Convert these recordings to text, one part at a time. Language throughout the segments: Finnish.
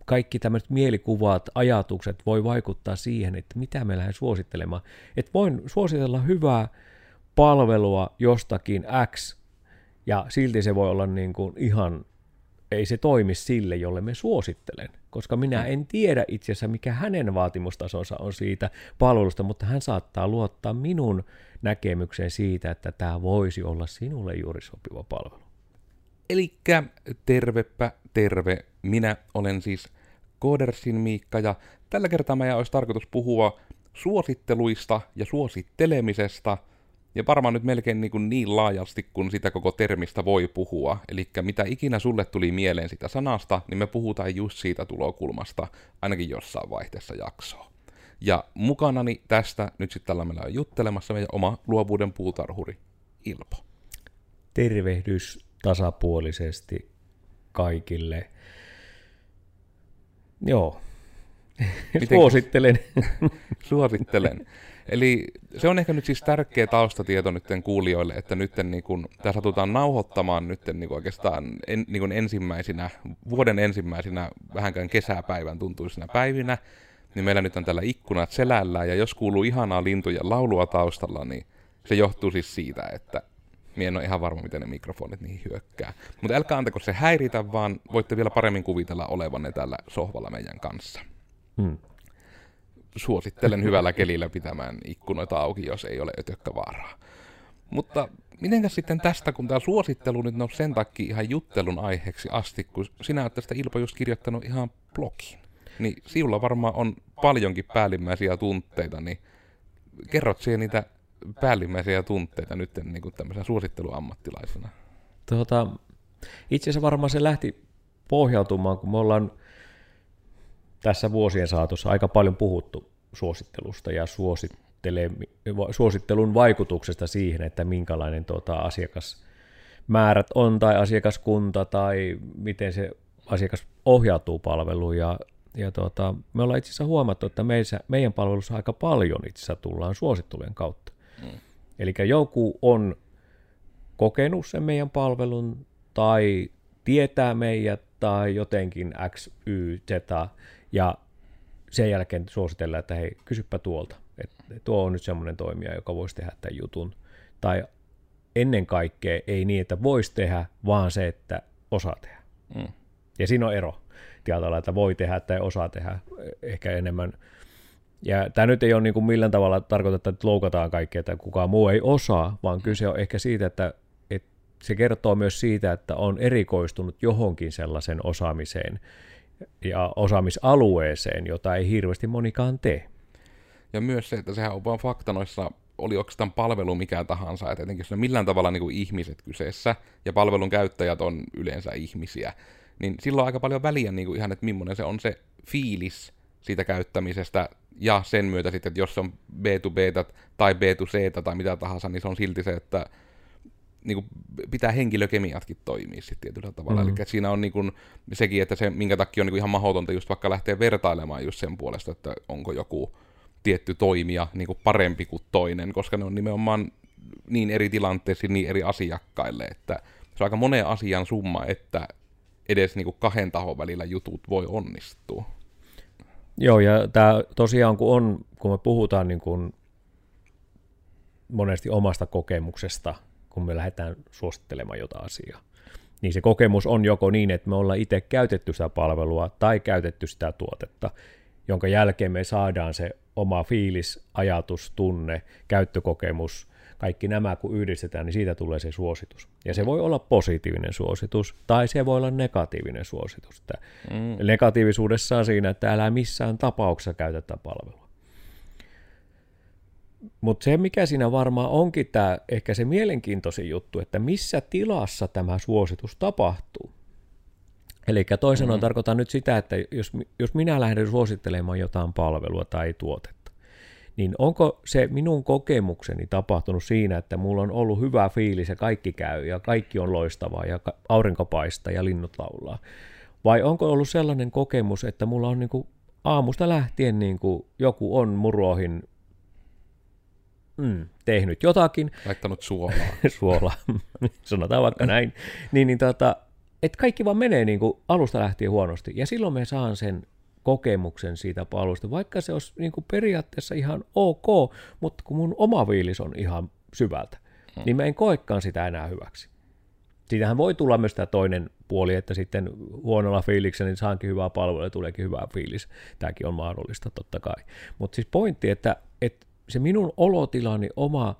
kaikki tämmöiset mielikuvat, ajatukset voi vaikuttaa siihen, että mitä me lähden suosittelemaan. Että voin suositella hyvää palvelua jostakin X, ja silti se voi olla niin kuin ihan, ei se toimi sille, jolle me suosittelen, koska minä en tiedä itse asiassa, mikä hänen vaatimustasonsa on siitä palvelusta, mutta hän saattaa luottaa minun näkemykseen siitä, että tämä voisi olla sinulle juuri sopiva palvelu. Elikkä tervepä terve, minä olen siis Codersin Miikka, ja tällä kertaa meidän olisi tarkoitus puhua suositteluista ja suosittelemisesta, ja varmaan nyt melkein niin laajasti, kun sitä koko termistä voi puhua. Eli mitä ikinä sulle tuli mieleen sitä sanasta, niin me puhutaan just siitä tulokulmasta, ainakin jossain vaihteessa jaksoa. Ja mukanani tästä nyt sitten tällä meillä on juttelemassa meidän oma luovuuden puutarhuri Ilpo. Tervehdys tasapuolisesti kaikille. Joo, suosittelen. Suosittelen. Eli se on ehkä nyt siis tärkeä taustatieto nyt kuulijoille, että nyt tämä satutaan nauhoittamaan nyt oikeastaan ensimmäisinä, vuoden ensimmäisinä vähänkään kesäpäivän tuntuisina päivinä, niin meillä nyt on täällä ikkunat selällään, ja jos kuuluu ihanaa lintujen laulua taustalla, niin se johtuu siis siitä, että minä en ole ihan varma, miten ne mikrofonit niihin hyökkää. Mutta älkää antako se häiritä, vaan voitte vielä paremmin kuvitella olevanne täällä sohvalla meidän kanssa. Suosittelen hyvällä kelillä pitämään ikkunoita auki, jos ei ole ötökkävaaraa. Mutta mitenkäs sitten tästä, kun tämä suosittelu nyt nousi sen takia ihan juttelun aiheeksi asti, kun sinä olet tästä Ilpo just kirjoittanut ihan blogin, niin sinulla varmaan on paljonkin päällimmäisiä tunteita, niin kerrot siihen niitä päällimmäisiä tunteita nyt niin kuin tämmöisenä suositteluammattilaisena? Itse asiassa varmaan se lähti pohjautumaan, kun me ollaan tässä vuosien saatossa aika paljon puhuttu suosittelusta ja suosittelun vaikutuksesta siihen, että minkälainen asiakasmäärät on tai asiakaskunta tai miten se asiakas ohjautuu palveluun. Ja me ollaan itse asiassa huomattu, että meidän palvelussa aika paljon itse asiassa tullaan suosittelujen kautta. Eli joku on kokenut sen meidän palvelun tai tietää meidät tai jotenkin X, Y, Z, ja sen jälkeen suositellaan, että hei, kysypä tuolta, että tuo on nyt semmoinen toimija, joka voisi tehdä tämän jutun. Tai ennen kaikkea ei niin, että voisi tehdä, vaan se, että osaa tehdä. Ja siinä on ero. Tietyllä, että voi tehdä tai osaa tehdä ehkä enemmän. Ja tämä nyt ei ole niin kuin millään tavalla tarkoitettu, että loukataan kaikkea, että kukaan muu ei osaa, vaan kyse on ehkä siitä, että se kertoo myös siitä, että on erikoistunut johonkin sellaisen osaamiseen ja osaamisalueeseen, jota ei hirveästi monikaan tee. Ja myös se, että sehän on vaan fakta noissa, oli oikeastaan palvelu mikä tahansa, että etenkin jos on millään tavalla niin kuin ihmiset kyseessä, ja palvelun käyttäjät on yleensä ihmisiä, niin silloin on aika paljon väliä niin kuin ihan, että millainen se on se fiilis siitä käyttämisestä, ja sen myötä sitten, että jos se on B2B tai B2C tai mitä tahansa, niin se on silti se, että niin kuin pitää henkilökemiatkin toimia sitten tietyllä tavalla. Eli siinä on niin kuin sekin, että se, minkä takia on niin kuin ihan mahdotonta just vaikka lähteä vertailemaan just sen puolesta, että onko joku tietty toimija niin kuin parempi kuin toinen, koska ne on nimenomaan niin eri tilanteissa, niin eri asiakkaille, että se on aika monen asian summa, että edes niin kuin kahden tahon välillä jutut voi onnistua. Joo, ja tämä tosiaan, kun me puhutaan niin kuin monesti omasta kokemuksesta, kun me lähdetään suosittelemaan jotain asiaa, niin se kokemus on joko niin, että me ollaan itse käytetty sitä palvelua tai käytetty sitä tuotetta, jonka jälkeen me saadaan se oma fiilis, ajatus, tunne, käyttökokemus, kaikki nämä kun yhdistetään, niin siitä tulee se suositus. Ja se voi olla positiivinen suositus, tai se voi olla negatiivinen suositus. Negatiivisuudessaan siinä, että älä missään tapauksessa käytä tätä palvelua. Mutta se, mikä siinä varmaan onkin tämä ehkä se mielenkiintoisin juttu, että missä tilassa tämä suositus tapahtuu. Eli toisin sanoen tarkoitan nyt sitä, että jos minä lähden suosittelemaan jotain palvelua tai tuotetta, niin onko se minun kokemukseni tapahtunut siinä, että mulla on ollut hyvä fiilis ja kaikki käy ja kaikki on loistavaa ja aurinko paistaa ja linnut laulaa? Vai onko ollut sellainen kokemus, että mulla on niin kuin aamusta lähtien niin kuin joku on muroihin tehnyt jotakin. Laittanut suolaa. Suolaa, sanotaan vaikka näin. että kaikki vaan menee niin kuin alusta lähtien huonosti. Ja silloin me saan sen kokemuksen siitä palvelusta, vaikka se olisi niin kuin periaatteessa ihan ok, mutta kun mun oma fiilis on ihan syvältä, niin mä en koekaan sitä enää hyväksi. Siitähän voi tulla myös tämä toinen puoli, että sitten huonolla fiiliksellä niin saankin hyvää palvelua ja tuleekin hyvä fiilis. Tämäkin on mahdollista totta kai. Mutta siis pointti, että se minun olotilani oma,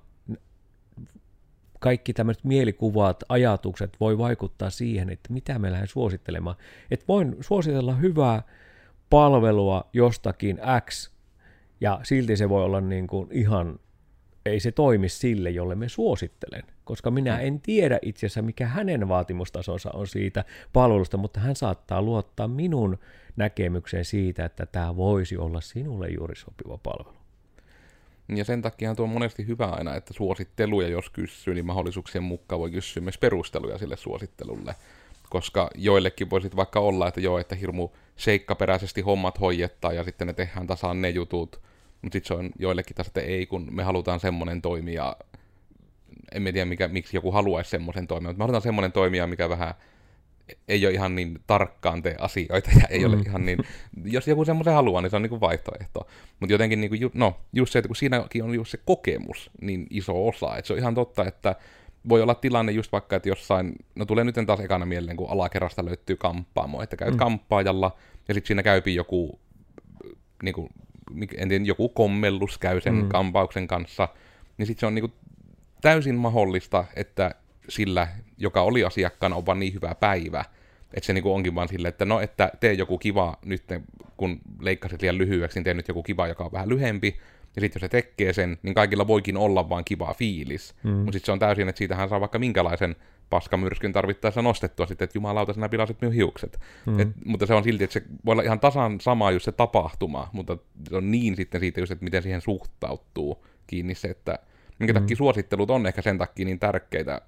kaikki tämmöiset mielikuvat, ajatukset voi vaikuttaa siihen, että mitä me lähden suosittelemaan. Että voin suositella hyvää palvelua jostakin X, ja silti se voi olla niin kuin ihan, ei se toimi sille, jolle me suosittelen, koska minä en tiedä itse asiassa, mikä hänen vaatimustasonsa on siitä palvelusta, mutta hän saattaa luottaa minun näkemykseen siitä, että tämä voisi olla sinulle juuri sopiva palvelu. Ja sen takia tuo on monesti hyvä aina, että suositteluja jos kysyy, niin mahdollisuuksien mukaan voi kysyä myös perusteluja sille suosittelulle. Koska joillekin voisit vaikka olla, että joo, että hirmu seikkaperäisesti hommat hoijettaa ja sitten ne tehdään tasaan ne jutut. Mutta sitten se on joillekin taas, että ei, kun me halutaan semmoinen toimija, en tiedä miksi joku haluaisi semmoisen toimia, mutta me halutaan semmoinen toimija, mikä vähän ei ole ihan niin tarkkaan tee asioita ja ei ole ihan niin, jos joku semmoisen haluaa, niin se on niinku vaihtoehto. Mutta jotenkin niinku, just se, että kun siinäkin on just se kokemus niin iso osa, että se on ihan totta, että voi olla tilanne just vaikka, että jossain, no tulee nyt taas ekana mieleen, kun alakerrasta löytyy kampaamo, että käyt kampaajalla ja sitten siinä käypi joku, niinku, en tiedä, joku kommellus käy sen kampauksen kanssa, niin sitten se on niinku täysin mahdollista, että sillä, joka oli asiakkaana, on vaan niin hyvä päivä, että se niinku onkin vaan silleen, että no, että tee joku kiva nyt, kun leikkasit liian lyhyeksi, niin tee nyt joku kiva, joka on vähän lyhempi, ja sitten jos se tekee sen, niin kaikilla voikin olla vaan kiva fiilis. Mutta sitten se on täysin, että siitähän saa vaikka minkälaisen paskamyrskyn tarvittaessa nostettua sitten, että jumalauta, sinä pilasit minun hiukset. Mutta se on silti, että se voi olla ihan tasan sama just se tapahtuma, mutta se on niin sitten siitä just, että miten siihen suhtautuu kiinni se, että minkä takia suosittelut on ehkä sen takia niin tärkeitä.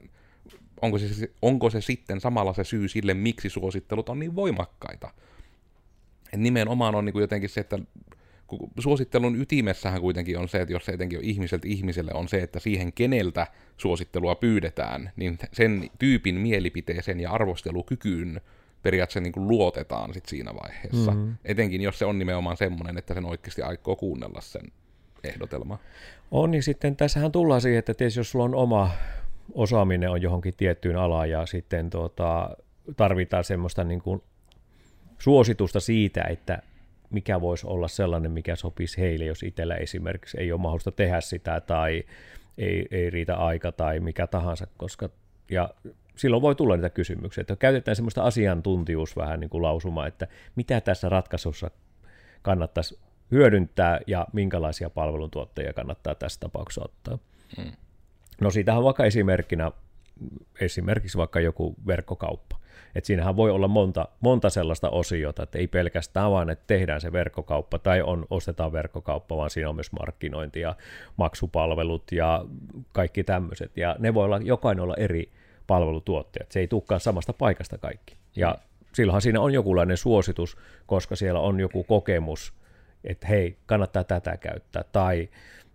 Onko se sitten samalla se syy sille, miksi suosittelut on niin voimakkaita? Et nimenomaan on niin kuin jotenkin se, että suosittelun ytimessähän kuitenkin on se, että jos se etenkin on ihmiseltä ihmiselle, on se, että siihen keneltä suosittelua pyydetään, niin sen tyypin mielipiteeseen ja arvostelukykyyn periaatteessa niin kuin luotetaan sit siinä vaiheessa. Etenkin jos se on nimenomaan semmoinen, että sen oikeasti aikoo kuunnella sen ehdotelma. On, niin sitten tässähän tullaan siihen, että tietysti jos sulla on oma osaaminen on johonkin tiettyyn alaan ja sitten tarvitaan semmoista niin kuin suositusta siitä, että mikä voisi olla sellainen, mikä sopisi heille, jos itsellä esimerkiksi ei ole mahdollista tehdä sitä tai ei riitä aika tai mikä tahansa, ja silloin voi tulla niitä kysymyksiä, että käytetään semmoista asiantuntijuus vähän niin kuin lausumaa, että mitä tässä ratkaisussa kannattaisi hyödyntää ja minkälaisia palveluntuottajia kannattaa tässä tapauksessa ottaa. No siitähän on vaikka esimerkiksi vaikka joku verkkokauppa. Että siinähän voi olla monta sellaista osiota, että ei pelkästään vaan, että tehdään se verkkokauppa tai ostetaan verkkokauppa, vaan siinä on myös markkinointi ja maksupalvelut ja kaikki tämmöiset. Ja ne voi olla, jokainen olla eri palvelutuottajat. Se ei tulekaan samasta paikasta kaikki. Ja silloinhan siinä on jokinlainen suositus, koska siellä on joku kokemus, että hei, kannattaa tätä käyttää tai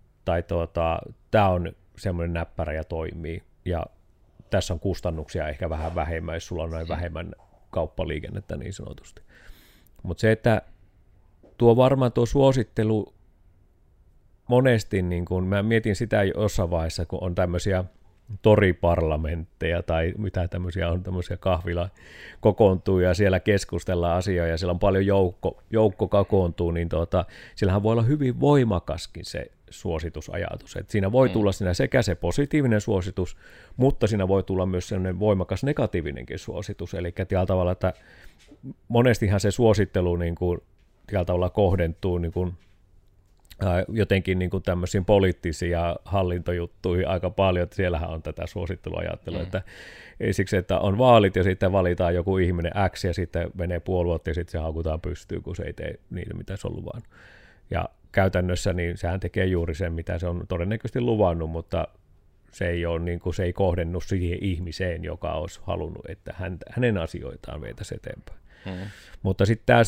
tämä on semmoinen näppärä ja toimii. Ja tässä on kustannuksia ehkä vähän vähemmän, jos sulla on noin vähemmän kauppaliikennettä niin sanotusti. Mutta se, että varmaan tuo suosittelu monesti, niin kun mä mietin sitä jossain vaiheessa, kun on tämmöisiä toriparlamentteja tai mitä tämmöisiä on, tämmöisiä kahvila kokoontuu ja siellä keskustellaan asioita ja siellä on paljon joukko kokoontuu, niin siellähän voi olla hyvin voimakaskin se suositusajatus. Et siinä voi tulla sekä se positiivinen suositus, mutta siinä voi tulla myös sellainen voimakas negatiivinenkin suositus. Eli tällä tavalla, että monestihan se suosittelu niin kuin, tällä tavalla kohdentuu niin kuin, jotenkin niin kuin tämmöisiin poliittisiin ja hallintojuttuihin aika paljon, että siellähän on tätä suositteluajattelua, että ei siksi, että on vaalit ja sitten valitaan joku ihminen X ja sitten menee puolueet ja sitten se haukutaan pystyyn, kun se ei tee niitä, mitä se on luvannut. Ja käytännössä niin sehän tekee juuri sen, mitä se on todennäköisesti luvannut, mutta se ei ole, niin kuin, se ei kohdennu siihen ihmiseen, joka olisi halunnut, että hänen asioitaan vietäisi eteenpäin. Mutta sitten tämä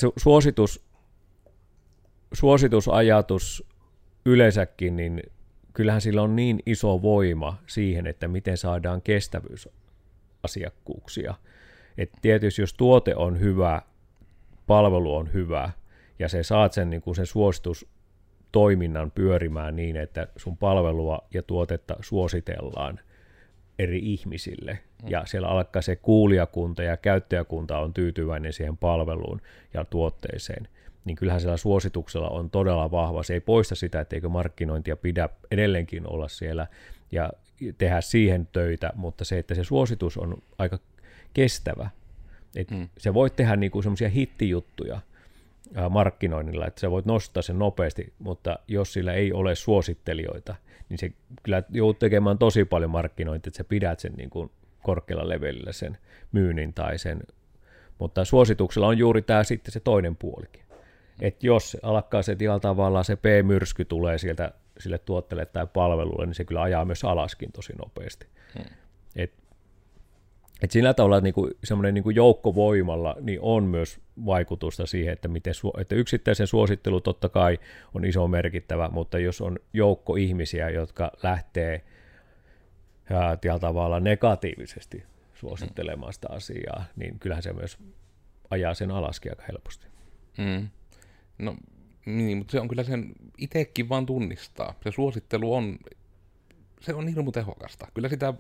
suositusajatus yleensäkin, niin kyllähän sillä on niin iso voima siihen, että miten saadaan kestävyysasiakkuuksia. että tietysti jos tuote on hyvä, palvelu on hyvä, ja se saat sen, niin kuin sen suositustoiminnan pyörimään niin, että sun palvelua ja tuotetta suositellaan eri ihmisille, ja siellä alkaa se kuulijakunta ja käyttäjäkunta on tyytyväinen siihen palveluun ja tuotteeseen, niin kyllähän siellä suosituksella on todella vahva. Se ei poista sitä, etteikö markkinointia pidä edelleenkin olla siellä ja tehdä siihen töitä, mutta se, että se suositus on aika kestävä. Se voit tehdä niinku semmoisia hittijuttuja markkinoinnilla, että sä voit nostaa sen nopeasti, mutta jos sillä ei ole suosittelijoita, niin se kyllä joudut tekemään tosi paljon markkinointia, että sä pidät sen niin kuin korkealla levelillä sen myynnin tai sen, mutta suosituksella on juuri tämä sitten se toinen puolikin. Että jos alkaa se tavallaan se P-myrsky tulee sieltä sille tuotteelle tai palvelulle, niin se kyllä ajaa myös alaskin tosi nopeasti. Et sillä tavalla niin semmoinen niin joukkovoimalla niin on myös vaikutusta siihen, että, että yksittäisen suosittelu totta kai on iso merkittävä, mutta jos on joukko ihmisiä, jotka lähtee tavalla negatiivisesti suosittelemaan sitä asiaa, niin kyllähän se myös ajaa sen alaskin aika helposti. No niin, mutta se on kyllä sen itsekin vaan tunnistaa. Se suosittelu on hirmu tehokasta. Kyllä sitä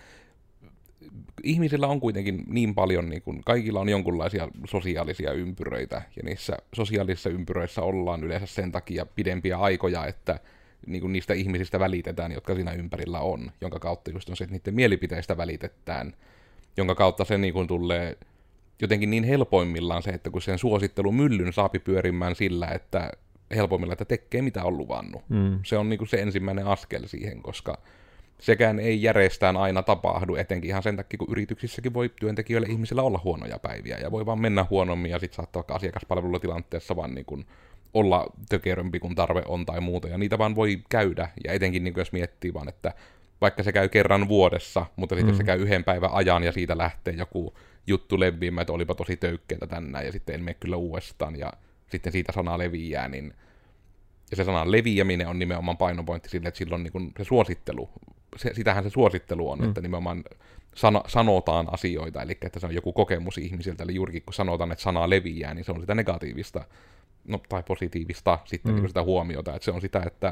ihmisillä on kuitenkin niin paljon, niin kuin kaikilla on jonkunlaisia sosiaalisia ympyröitä, ja niissä sosiaalisissa ympyröissä ollaan yleensä sen takia pidempiä aikoja, että niin kuin niistä ihmisistä välitetään, jotka siinä ympärillä on, jonka kautta just on se, että niiden mielipiteistä välitetään, jonka kautta se niin kuin tulee jotenkin niin helpoimmillaan se, että kun sen suosittelumyllyn saapi pyörimään sillä, että helpoimmilla, että tekee mitä on luvannut. Se on niin kuin se ensimmäinen askel siihen, koska sekään ei järjestään aina tapahdu, etenkin ihan sen takia, kun yrityksissäkin voi työntekijöille ihmisillä olla huonoja päiviä, ja voi vaan mennä huonommin, ja sitten saattaa vaikka asiakaspalvelutilanteessa vaan niin kuin olla tökerömpi kuin tarve on tai muuta, ja niitä vaan voi käydä, ja etenkin niin kuin jos miettii vaan, että vaikka se käy kerran vuodessa, mutta sitten jos se käy yhden päivän ajan, ja siitä lähtee joku juttu leviämään, että olipa tosi töykkeitä tänään, ja sitten en mene kyllä uudestaan, ja sitten siitä sana leviää, niin ja se sanan leviäminen on nimenomaan painopointti sille, että silloin niin kuin se suosittelu, sitähän se suosittelu on, että nimenomaan sanotaan asioita, eli että se on joku kokemus ihmisiltä, eli juurikin kun sanotaan, että sana leviää, niin se on sitä negatiivista, no tai positiivista sitten niin kuin sitä huomiota, että se on sitä, että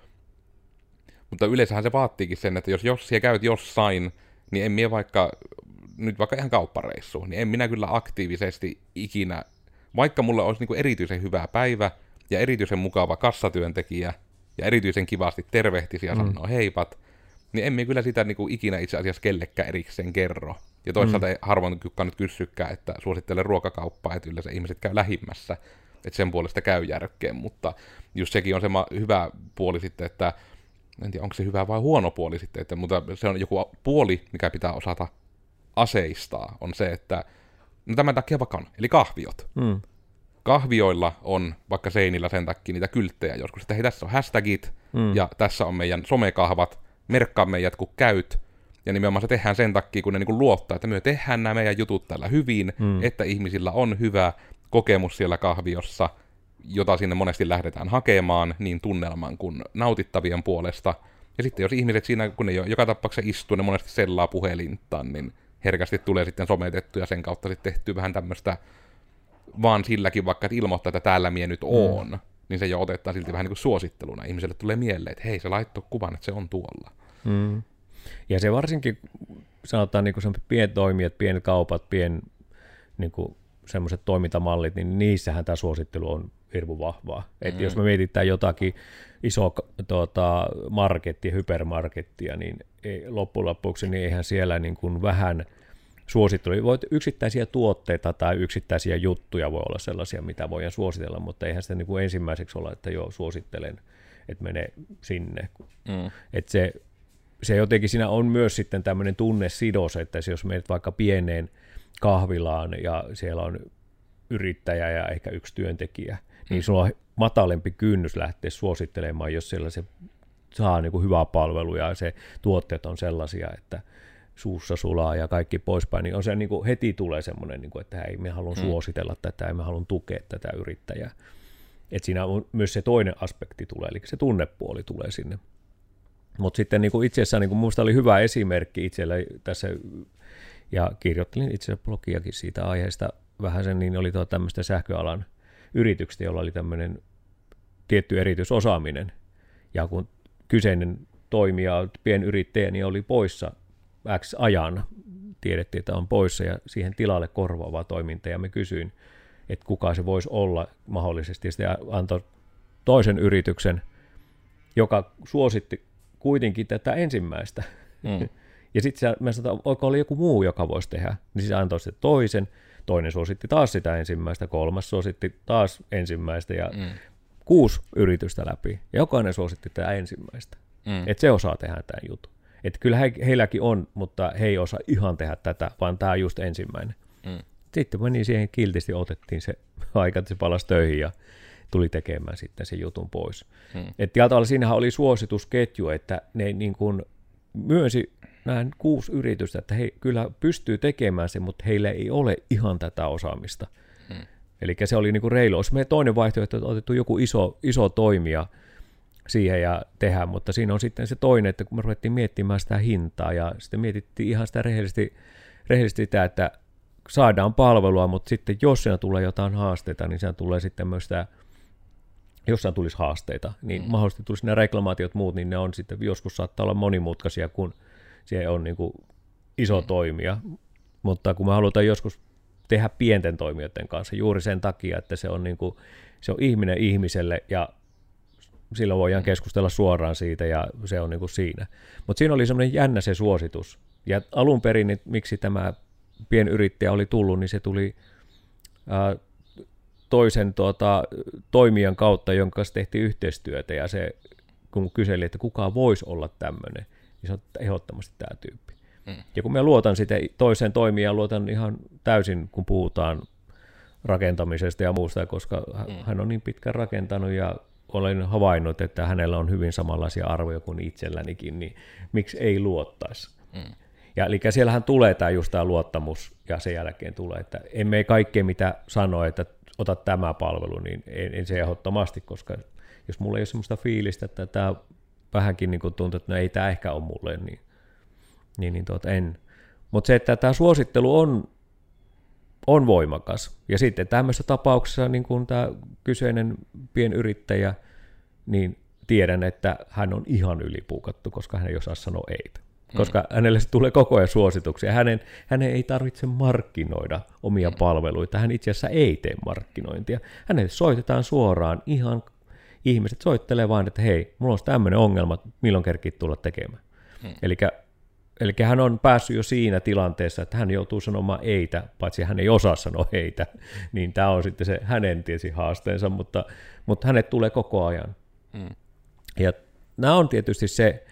mutta yleensähän se vaattiikin sen, että jos siellä käyt jossain, niin en minä nyt vaikka ihan kauppareissu, niin en minä kyllä aktiivisesti ikinä, vaikka mulla olisi niin kuin erityisen hyvä päivä, ja erityisen mukava kassatyöntekijä, ja erityisen kivasti tervehtisi ja sanoo heipat, niin emme kyllä sitä niin kuin ikinä itse asiassa kellekään erikseen kerro. Ja toisaalta ei harvoin kukaan nyt kysykään, että suosittele ruokakauppaa, että yleensä ihmiset käy lähimmässä, että sen puolesta käy järkkeen, mutta just sekin on se hyvä puoli sitten, että en tiedä, onko se hyvä vai huono puoli sitten, että, mutta se on joku puoli, mikä pitää osata aseistaa, on se, että no tämän takia vaikka on, eli kahviot. Kahvioilla on vaikka seinillä sen takia niitä kylttejä joskus, että hei, tässä on hashtagit, ja tässä on meidän somekahvat, merkkaa meidät kun käyt, ja nimenomaan se tehdään sen takia, kun ne niin kuin luottaa, että me tehdään nämä meidän jutut täällä hyvin, että ihmisillä on hyvä kokemus siellä kahviossa, jota sinne monesti lähdetään hakemaan, niin tunnelman kuin nautittavien puolesta. Ja sitten jos ihmiset siinä, kun ne joka tapauksessa istuu, ne monesti sellaa puhelintaan, niin herkästi tulee sitten sometettu ja sen kautta sitten tehtyä vähän tämmöistä vaan silläkin vaikka, että ilmoittaa, että täällä mie nyt oon, niin se jo otetaan silti vähän niin kuin suositteluna. Ihmiselle tulee mieleen, että hei, se laittoi kuvan, että se on tuolla. Ja se varsinkin, sanotaan niin kuin pientoimijat, pienkaupat, niin kuin semmoiset toimintamallit, niin niissähän tämä suosittelu on hirveän vahvaa. Että jos me mietitään jotakin isoa markettia, hypermarkettia, niin loppujen lopuksi niin eihän siellä niin kuin vähän suosittelu. Yksittäisiä tuotteita tai yksittäisiä juttuja voi olla sellaisia, mitä voidaan suositella, mutta eihän sitä niin kuin ensimmäiseksi olla, että joo, suosittelen, että mene sinne. Että se jotenkin siinä on myös sitten tämmöinen tunnesidos, että jos menet vaikka pieneen kahvilaan ja siellä on yrittäjä ja ehkä yksi työntekijä, niin sulla on matalempi kynnys lähteä suosittelemaan, jos siellä se saa niin kuin hyvää palvelua ja se tuotteet on sellaisia, että suussa sulaa ja kaikki poispäin, niin on se niin kuin heti tulee semmoinen, niin kuin, että hei, me haluan suositella tätä ja me haluan tukea tätä yrittäjää. Että siinä on myös se toinen aspekti tulee, eli se tunnepuoli tulee sinne. Mutta sitten niin kuin itse asiassa niin kuin minusta oli hyvä esimerkki itsellä tässä Ja kirjoittelin itse asiassa blogiakin siitä aiheesta vähän sen, niin oli tämmöistä sähköalan yrityksestä, jolla oli tämmöinen tietty erityisosaaminen. Ja kun kyseinen toimija, pienyrittäjä, niin oli poissa X ajan, tiedettiin, että on poissa ja siihen tilalle korvaavaa toimintaa, ja me kysyin, että kuka se voisi olla mahdollisesti, ja sitten antoi toisen yrityksen, joka suositti kuitenkin tätä ensimmäistä. Ja sitten mä sanoin, että oli joku muu, joka voisi tehdä, niin se antoi sitten toinen suositti taas sitä ensimmäistä, kolmas suositti taas ensimmäistä, ja 6 yritystä läpi, ja jokainen suositti tätä ensimmäistä, että se osaa tehdä tämän jutun. Että kyllä heilläkin on, mutta he ei osaa ihan tehdä tätä, vaan tämä on just ensimmäinen. Sitten meni siihen kiltisti, otettiin se aika, että se palasi töihin ja tuli tekemään sitten sen jutun pois. Että tällä tavalla siinähän oli suositusketju, että ne niin kuin myönsi nämä 6 yritystä, että he kyllä pystyy tekemään sen, mutta heillä ei ole ihan tätä osaamista. Eli se oli niin kuin reilu. Olisi meidän toinen vaihtoehto, että otettu joku iso toimija siihen ja tehdä, mutta siinä on sitten se toinen, että kun me ruvettiin miettimään sitä hintaa ja sitten mietittiin ihan sitä rehellisesti sitä, että saadaan palvelua, mutta sitten jos siinä tulee jotain haasteita, niin siinä tulee sitten myös sitä, jos siinä tulisi haasteita, niin mahdollisesti tulisi nämä reklamaatiot muut, niin ne on sitten joskus saattaa olla monimutkaisia, kun se on niin kuin iso toimija, mutta kun me halutaan joskus tehdä pienten toimijoiden kanssa juuri sen takia, että se on, niin kuin, se on ihminen ihmiselle ja silloin voidaan keskustella suoraan siitä ja se on niin kuin siinä. Mutta siinä oli semmoinen jännä se suositus. Ja alun perin, että miksi tämä pienyrittäjä oli tullut, niin se tuli toisen toimijan kautta, jonka kanssa tehtiin yhteistyötä. Ja se, kun kyseli, että kuka voisi olla tämmöinen, niin se on ehdottomasti tämä tyyppi. Ja kun mä luotan sitä toiseen toimijaan, luotan ihan täysin, kun puhutaan rakentamisesta ja muusta, koska hän on niin pitkään rakentanut ja olen havainnut, että hänellä on hyvin samanlaisia arvoja kuin itsellänikin, niin miksi ei luottaisi? Ja eli siellähän tulee tämä luottamus, ja sen jälkeen tulee, että emme kaikkea mitä sanoa, että ota tämä palvelu, niin en se ehdottomasti, koska jos mulla ei ole sellaista fiilistä, että tämä vähänkin niin tuntuu, että no ei tämä ehkä ole mulle, niin en. Mutta se, että tämä suosittelu on voimakas. Ja sitten tämmöisessä tapauksessa, niin kuin tämä kyseinen pienyrittäjä, niin tiedän, että hän on ihan ylipuukattu, koska hän ei osaa sanoa ei. Koska hänelle se tulee koko ajan suosituksia. Hänen ei tarvitse markkinoida omia palveluita. Hän itse asiassa ei tee markkinointia. Hänelle soitetaan suoraan, ihan ihmiset soittelee vain, että hei, mulla on tämmöinen ongelma, milloin kerkit tulla tekemään. Eli hän on päässyt jo siinä tilanteessa, että hän joutuu sanomaan eitä, paitsi hän ei osaa sanoa eitä, niin tämä on sitten se hänen tietysti haasteensa, mutta hänet tulee koko ajan. Ja nämä on tietysti se,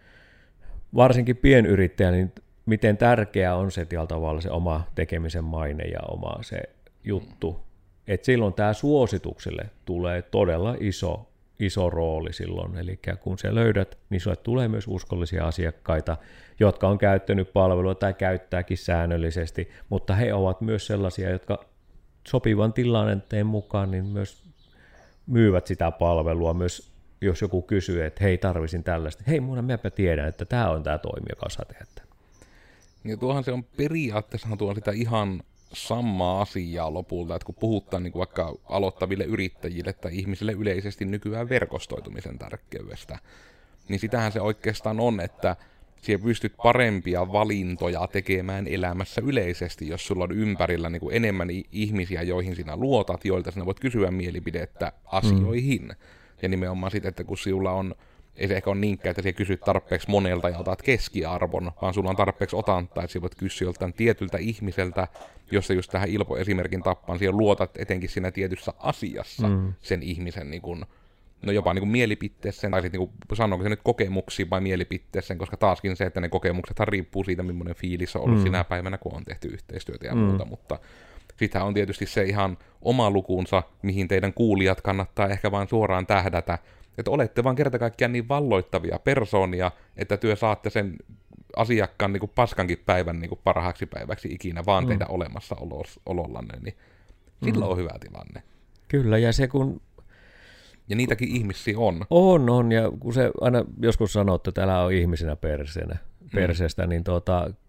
varsinkin pienyrittäjä, niin miten tärkeää on se tavalla se oma tekemisen maine ja oma se juttu, että silloin tämä suositukselle tulee todella iso rooli silloin, eli kun sä löydät, niin sulle tulee myös uskollisia asiakkaita, jotka on käyttänyt palvelua tai käyttääkin säännöllisesti, mutta he ovat myös sellaisia, jotka sopivan tilanteen mukaan niin myös myyvät sitä palvelua, myös jos joku kysyy, että hei, tarvisin tällaista, hei, minäpä tiedän, että tämä on tämä toimi, joka osaa tehdä tämän. Ja tuohan se on periaatteessa tuo sitä ihan samaa asiaa lopulta, että kun puhutaan niin kuin vaikka aloittaville yrittäjille tai ihmisille yleisesti nykyään verkostoitumisen tärkeydestä, niin sitähän se oikeastaan on, että siellä pystyt parempia valintoja tekemään elämässä yleisesti, jos sulla on ympärillä niin kuin enemmän ihmisiä, joihin sinä luotat, joilta sinä voit kysyä mielipidettä asioihin. Ja nimenomaan sitten, että kun sinulla on, ei se ehkä ole niinkään, että sinä kysyt tarpeeksi monelta ja otat keskiarvon, vaan sulla on tarpeeksi otantaa, että sinä voit kysyä joltain tietyltä ihmiseltä, jossa just tähän Ilpo-esimerkin tappaan, sinä luotat etenkin siinä tietyssä asiassa sen ihmisen niin kuin, no jopa niin kuin mielipiteeseen, tai sitten niin kuin, sanooko se nyt kokemuksiin vai mielipiteeseen, koska taaskin se, että ne kokemuksethan riippuu siitä, millainen fiilis on ollut sinä päivänä, kun on tehty yhteistyötä ja muuta, mutta sitähän on tietysti se ihan oma lukuunsa, mihin teidän kuulijat kannattaa ehkä vain suoraan tähdätä, että olette vaan kerta kaikkiaan niin valloittavia persoonia, että työ saatte sen asiakkaan niin kuin paskankin päivän niin kuin parhaaksi päiväksi ikinä vaan teidän olemassaolollanne, niin silloin on hyvä tilanne. Kyllä, ja se kun... Ja niitäkin ihmisiä on. On, ja kun se aina joskus sanoo, että täällä on ihmisenä perseestä, niin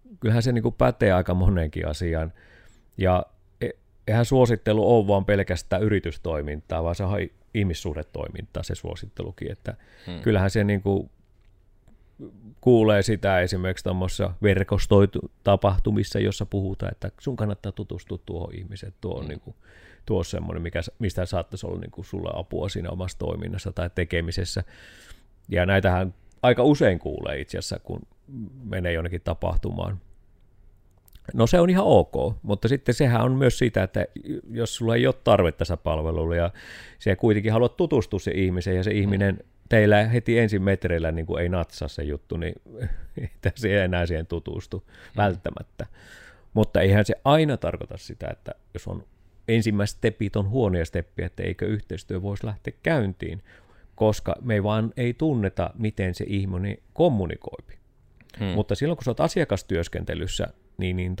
kyllähän se niin kuin pätee aika moneenkin asiaan. Ja eihän suosittelu ole vaan pelkästään yritystoimintaa, vaan se on ihmissuhdetoimintaa se suosittelukin. Että kyllähän se niin kuin kuulee sitä esimerkiksi tuommoisissa verkostoitapahtumissa, jossa puhutaan, että sun kannattaa tutustua tuohon ihmiseen, tuo on niin kuin, tuo on semmoinen, mistä saattaisi olla niin kuin sulle apua siinä omassa toiminnassa tai tekemisessä. Ja näitähän aika usein kuulee itse asiassa, kun menee jonnekin tapahtumaan. No se on ihan ok, mutta sitten sehän on myös sitä, että jos sulla ei ole tarvetta tässä palvelulla ja se kuitenkin haluat tutustua se ihmiseen ja se ihminen teillä heti ensin metreillä niin kuin ei natsaa se juttu, niin että se ei enää siihen tutustu välttämättä. Mutta eihän se aina tarkoita sitä, että jos on ensimmäiset stepit on huonoja steppiä, että eikö yhteistyö voisi lähteä käyntiin, koska me vaan ei tunneta, miten se ihminen kommunikoi. Mutta silloin, kun sä oot asiakastyöskentelyssä, niin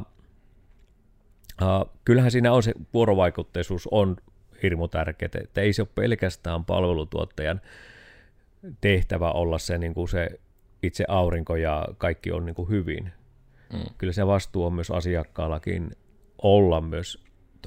kyllähän siinä on se vuorovaikutteisuus on hirmu tärkeää, että ei se ole pelkästään palvelutuottajan tehtävä olla se, niin kuin se itse aurinko ja kaikki on niin kuin hyvin. Kyllä se vastuu on myös asiakkaallakin olla myös,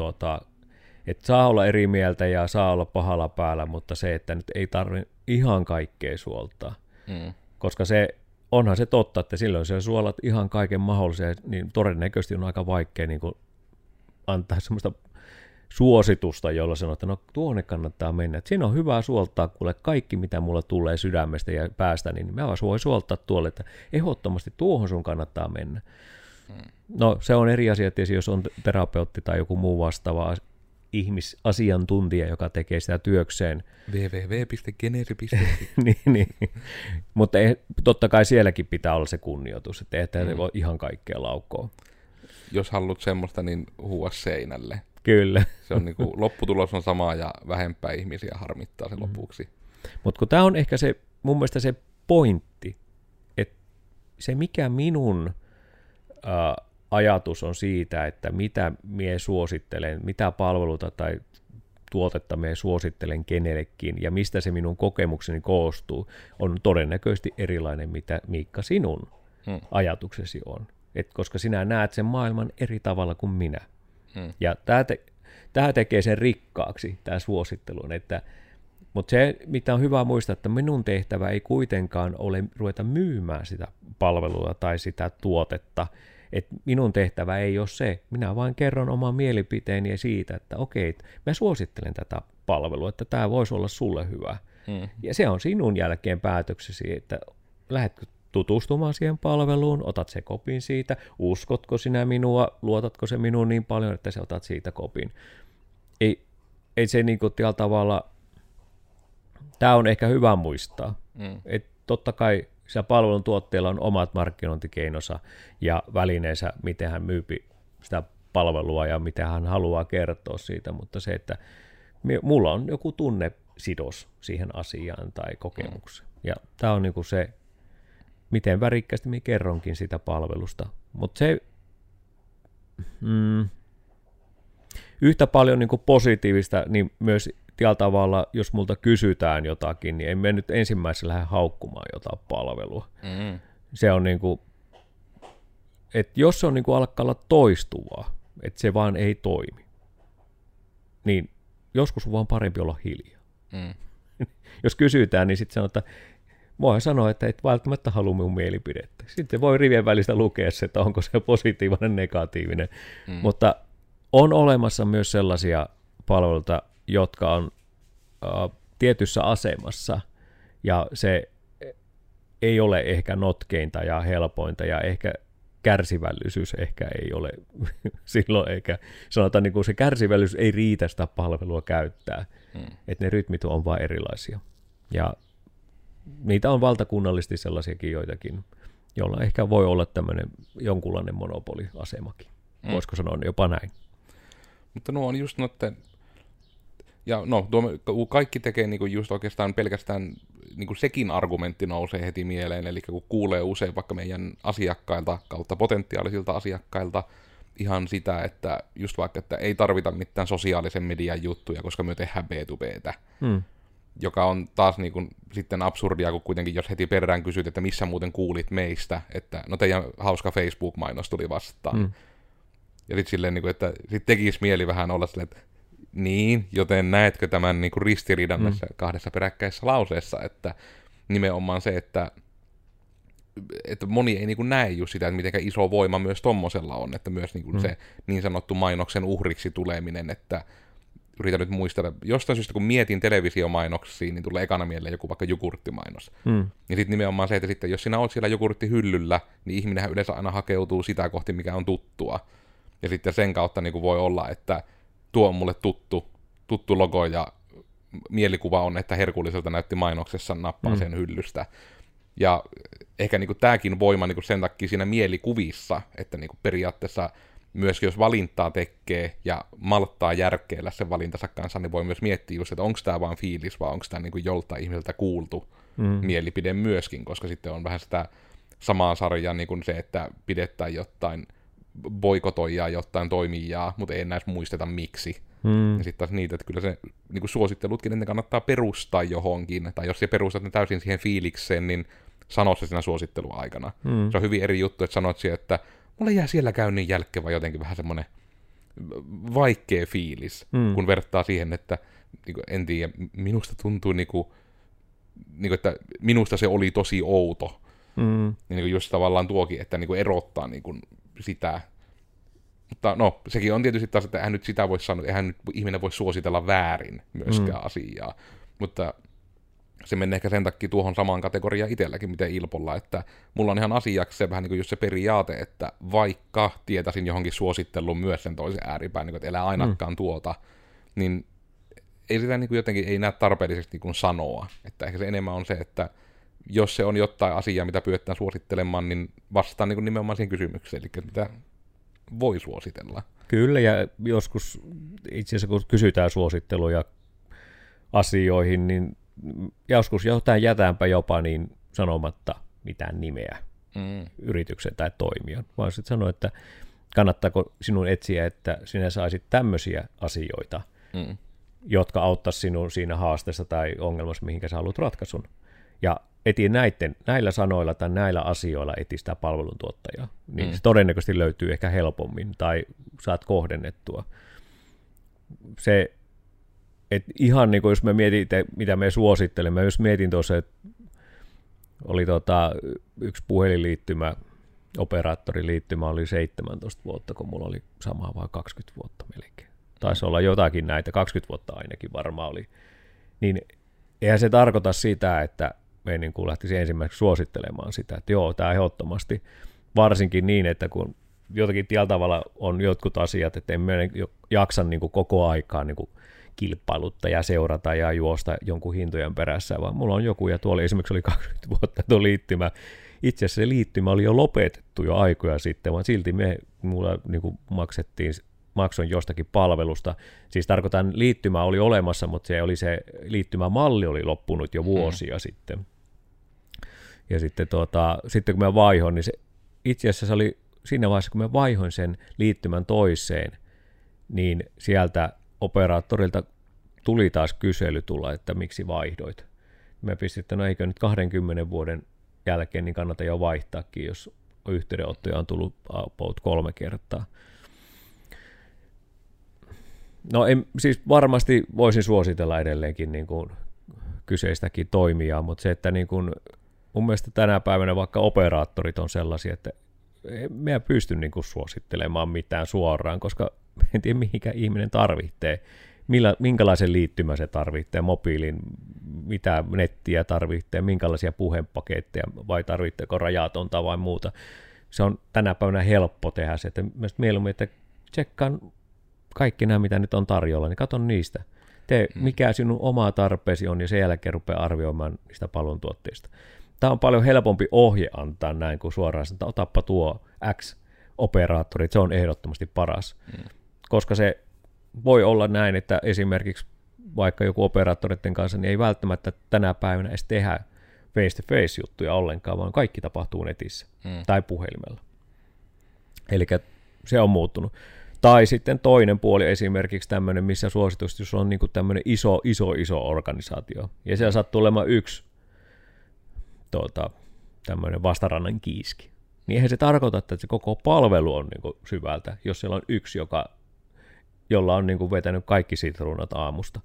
että saa olla eri mieltä ja saa olla pahalla päällä, mutta se, että nyt ei tarvitse ihan kaikkea suoltaa, koska onhan se totta, että silloin jos suolat ihan kaiken mahdollisen, niin todennäköisesti on aika vaikea niin kuin antaa semmoista suositusta, jolla sanoo, että no tuonne kannattaa mennä. Että siinä on hyvä suoltaa kuule kaikki, mitä mulla tulee sydämestä ja päästä, niin mä voin suoltaa tuolle, että ehdottomasti tuohon sun kannattaa mennä. No se on eri asia, että jos on terapeutti tai joku muu vastaava ihmisasiantuntija, joka tekee sitä työkseen. www.generi.fi niin. Mutta totta kai sielläkin pitää olla se kunnioitus, että ei voi ihan kaikkea laukoa. Jos haluat semmoista, niin huua seinälle. Kyllä. Se on niinku, lopputulos on sama ja vähempää ihmisiä harmittaa se lopuksi. Mutta kun tämä on ehkä se, mun mielestä se pointti, että se mikä minun ajatus on siitä, että mitä mie suosittelen, mitä palveluita tai tuotetta mie suosittelen kenellekin ja mistä se minun kokemukseni koostuu, on todennäköisesti erilainen, mitä Miikka sinun ajatuksesi on. Koska sinä näet sen maailman eri tavalla kuin minä. Ja tämä tekee sen rikkaaksi, tämä suosittelun. Mutta se, mitä on hyvä muistaa, että minun tehtävä ei kuitenkaan ole ruveta myymään sitä palvelua tai sitä tuotetta. Että minun tehtävä ei ole se. Minä vain kerron oman mielipiteeni siitä, että okei, mä suosittelen tätä palvelua, että tämä voisi olla sulle hyvä. Ja se on sinun jälkeen päätöksesi, että lähdetkö tutustumaan siihen palveluun, otat se kopin siitä, uskotko sinä minua, luotatko se minuun niin paljon, että sä otat siitä kopin. Ei se niin kuin tällä tavalla, tämä on ehkä hyvä muistaa, että totta kai sillä palvelun tuotteella on omat markkinointikeinonsa ja välineensä, miten hän myypi sitä palvelua ja mitä hän haluaa kertoa siitä, mutta se, että mulla on joku tunnesidos siihen asiaan tai kokemukseen. Ja tämä on niin kuin se, miten värikkäästi minä kerronkin sitä palvelusta. Mutta se yhtä paljon niin kuin positiivista, niin myös tällä tavalla, jos multa kysytään jotakin, niin en mene nyt ensimmäisenä lähde haukkumaan jotain palvelua. Se on niin kuin, että jos se on niin kuin alkaa olla toistuvaa, että se vaan ei toimi, niin joskus on vaan parempi olla hiljaa. Jos kysytään, niin sitten sanotaan, että voin sanoa, että et välttämättä halua minun mielipidettä. Sitten voi rivien välistä lukea se, että onko se positiivinen, negatiivinen. Mutta on olemassa myös sellaisia palveluita, jotka on tietyssä asemassa, ja se ei ole ehkä notkeinta ja helpointa, ja ehkä kärsivällisyys ehkä ei ole silloin, eikä sanotaan, niin kuin se kärsivällisyys ei riitä sitä palvelua käyttää, että ne rytmit on vain erilaisia. Ja niitä on valtakunnallisesti sellaisiakin joitakin, joilla ehkä voi olla tämmöinen jonkunlainen monopoliasemakin. Voisiko sanoa jopa näin? Mutta nuo on just noitten, ja no, kaikki tekee niinku just oikeastaan pelkästään, niinku sekin argumentti nousee heti mieleen, eli kun kuulee usein vaikka meidän asiakkailta kautta potentiaalisilta asiakkailta ihan sitä, että just vaikka, että ei tarvita mitään sosiaalisen median juttuja, koska me tehdään B2Btä. joka on taas niin kuin sitten absurdia, kun kuitenkin jos heti perään kysyt, että missä muuten kuulit meistä, että no teidän hauska Facebook-mainos tuli vastaan. Ja sitten silleen, niin kuin, että sit tekisi mieli vähän olla silleen, että niin, joten näetkö tämän niin kuin ristiriidan näissä kahdessa peräkkäisessä lauseessa, että nimenomaan se, että moni ei niin kuin näe just sitä, että miten iso voima myös tommosella on, että myös niin kuin se niin sanottu mainoksen uhriksi tuleminen, että yritän nyt muistella, jostain syystä kun mietin televisiomainoksia, niin tulee ekana mieleen joku vaikka jogurttimainos. Ja sitten nimenomaan se, että sitten jos sinä olet siellä jogurttihyllyllä, niin ihminenhän yleensä aina hakeutuu sitä kohti, mikä on tuttua. Ja sitten sen kautta niin kuin voi olla, että tuo on mulle tuttu logo ja mielikuva on, että herkulliselta näytti mainoksessa, nappaan sen hyllystä. Ja ehkä niin kuin tämäkin voima niin kuin sen takia siinä mielikuvissa, että niin kuin periaatteessa myöskin jos valintaa tekee ja malttaa järkeillä sen valintansa kanssa, niin voi myös miettiä just, että onko tämä vaan fiilis vai onko tämä niin kuin joltain ihmiseltä kuultu mielipide myöskin, koska sitten on vähän sitä samaa sarjaa niin kuin se, että pidetään jotain boikotoijaa, jotain toimijaa, mutta ei enää muisteta miksi. Ja sitten taas niitä, että kyllä se niin kuin suosittelutkin, että ne kannattaa perustaa johonkin, tai jos se perustat ne täysin siihen fiilikseen, niin sano se siinä suosittelun aikana. Se on hyvin eri juttu, että sanot siihen, että mulle jää siellä käynnin jälkeen vai jotenkin vähän semmoinen vaikea fiilis, kun vertaa siihen, että niin kuin, en tiedä, minusta tuntuu, niin kuin, että minusta se oli tosi outo. Niin kuin just tavallaan tuokin, että niin kuin erottaa niin kuin sitä. Mutta no, sekin on tietysti taas, että eihän nyt sitä voi sanoa, eihän nyt ihminen voi suositella väärin myöskään asiaa. Mutta se menee ehkä sen takia tuohon samaan kategoriaan itselläkin, miten Ilpolla, että mulla on ihan asiaksi se vähän niin kuin just se periaate, että vaikka tietäisin johonkin suositteluun myös sen toisen ääripään, niin kuin, että elää ainakaan tuota, niin ei sitä niin kuin jotenkin ei näe tarpeellisesti niin kuin sanoa. Että ehkä se enemmän on se, että jos se on jotain asiaa, mitä pyydetään suosittelemaan, niin vastaan niin kuin nimenomaan siihen kysymykseen, eli mitä voi suositella. Kyllä, ja joskus itse asiassa kun kysytään suositteluja asioihin, niin joskus jotain jätäänpä jopa niin sanomatta mitään nimeä yrityksen tai toimijan, vaan sitten sanoa, että kannattaako sinun etsiä, että sinä saisit tämmöisiä asioita, jotka auttaisi sinun siinä haasteessa tai ongelmassa, mihinkä sä haluat ratkaisun. Ja eti näillä sanoilla tai näillä asioilla eti sitä palveluntuottajaa, niin se todennäköisesti löytyy ehkä helpommin tai saat kohdennettua. Se, että ihan niin kuin jos me mietimme, mitä me suosittelemme, jos mietin tuossa, että oli yksi puhelinliittymä, operaattoriliittymä oli 17 vuotta, kun mulla oli samaa vai 20 vuotta melkein. Taisi olla jotakin näitä, 20 vuotta ainakin varmaan oli. Niin eihän se tarkoita sitä, että me niin kuin lähtisi ensimmäiseksi suosittelemaan sitä, että joo, tämä ehdottomasti, varsinkin niin, että kun jotakin tällä tavalla on jotkut asiat, että emme jaksa niin kuin koko aikaa niin kuin kilpailuttaa ja seurata ja juosta jonkun hintojen perässä, vaan mulla on joku, ja tuolla esimerkiksi oli 20 vuotta tuo liittymä. Itse asiassa se liittymä oli jo lopetettu jo aikoja sitten, vaan silti mulla niin kuin maksoin jostakin palvelusta. Siis tarkoitan, liittymä oli olemassa, mutta se liittymämalli oli loppunut jo vuosia sitten. Ja sitten, sitten kun mä vaihoin, niin se itse asiassa oli siinä vaiheessa, kun mä vaihoin sen liittymän toiseen, niin sieltä operaattorilta tuli taas kysely tulla, että miksi vaihdoit. Mä pistin, että no eikö nyt 20 vuoden jälkeen, niin kannata jo vaihtaakin, jos yhteydenottoja on tullut about 3 kertaa. No siis varmasti voisin suositella edelleenkin niin kuin kyseistäkin toimijaa, mutta se, että niin kuin, mun mielestä tänä päivänä vaikka operaattorit on sellaisia, että me pysty niin kuin suosittelemaan mitään suoraan, koska en tiedä mihinkä ihminen tarvitsee, minkälaisen liittymän se tarvitsee, mobiilin, mitä nettiä tarvitsee, minkälaisia puhepaketteja vai tarvitseeko rajatonta vai muuta. Se on tänä päivänä helppo tehdä se, että mieluummin, että tsekkaan kaikki nämä, mitä nyt on tarjolla, niin katon niistä. Tee, mikä sinun oma tarpeesi on, ja sen jälkeen rupea arvioimaan niistä palveluntuotteista. Tämä on paljon helpompi ohje antaa näin kuin suoraan, että otappa tuo X-operaattori, se on ehdottomasti paras. Koska se voi olla näin, että esimerkiksi vaikka joku operaattoreiden kanssa, niin ei välttämättä tänä päivänä edes tehdä face-to-face-juttuja ollenkaan, vaan kaikki tapahtuu netissä tai puhelimella. Eli se on muuttunut. Tai sitten toinen puoli esimerkiksi tämmöinen, missä suositus, jos on niin kuin tämmöinen iso organisaatio, ja siellä sattuu olemaan yksi tämmöinen vastarannan kiiski, niin eihän se tarkoita, että se koko palvelu on niin kuin syvältä, jos siellä on yksi, jolla on niin kuin vetänyt kaikki sitruunat aamusta.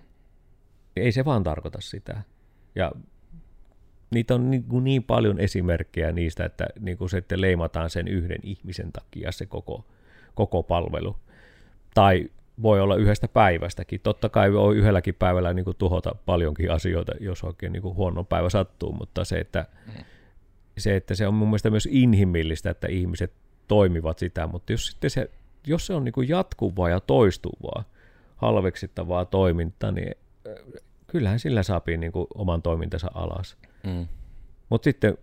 Ei se vaan tarkoita sitä. Ja niitä on niin paljon esimerkkejä niistä, että niin kuin se, että leimataan sen yhden ihmisen takia se koko palvelu. Tai voi olla yhdestä päivästäkin. Totta kai voi yhdelläkin päivällä niin kuin tuhota paljonkin asioita, jos oikein niin kuin huono päivä sattuu, mutta se, että se on mun mielestä myös inhimillistä, että ihmiset toimivat sitä, mutta jos se on niin kuin jatkuvaa ja toistuvaa, halveksittavaa toimintaa, niin kyllähän sillä saapii niin kuin oman toimintansa alas. Mutta sitten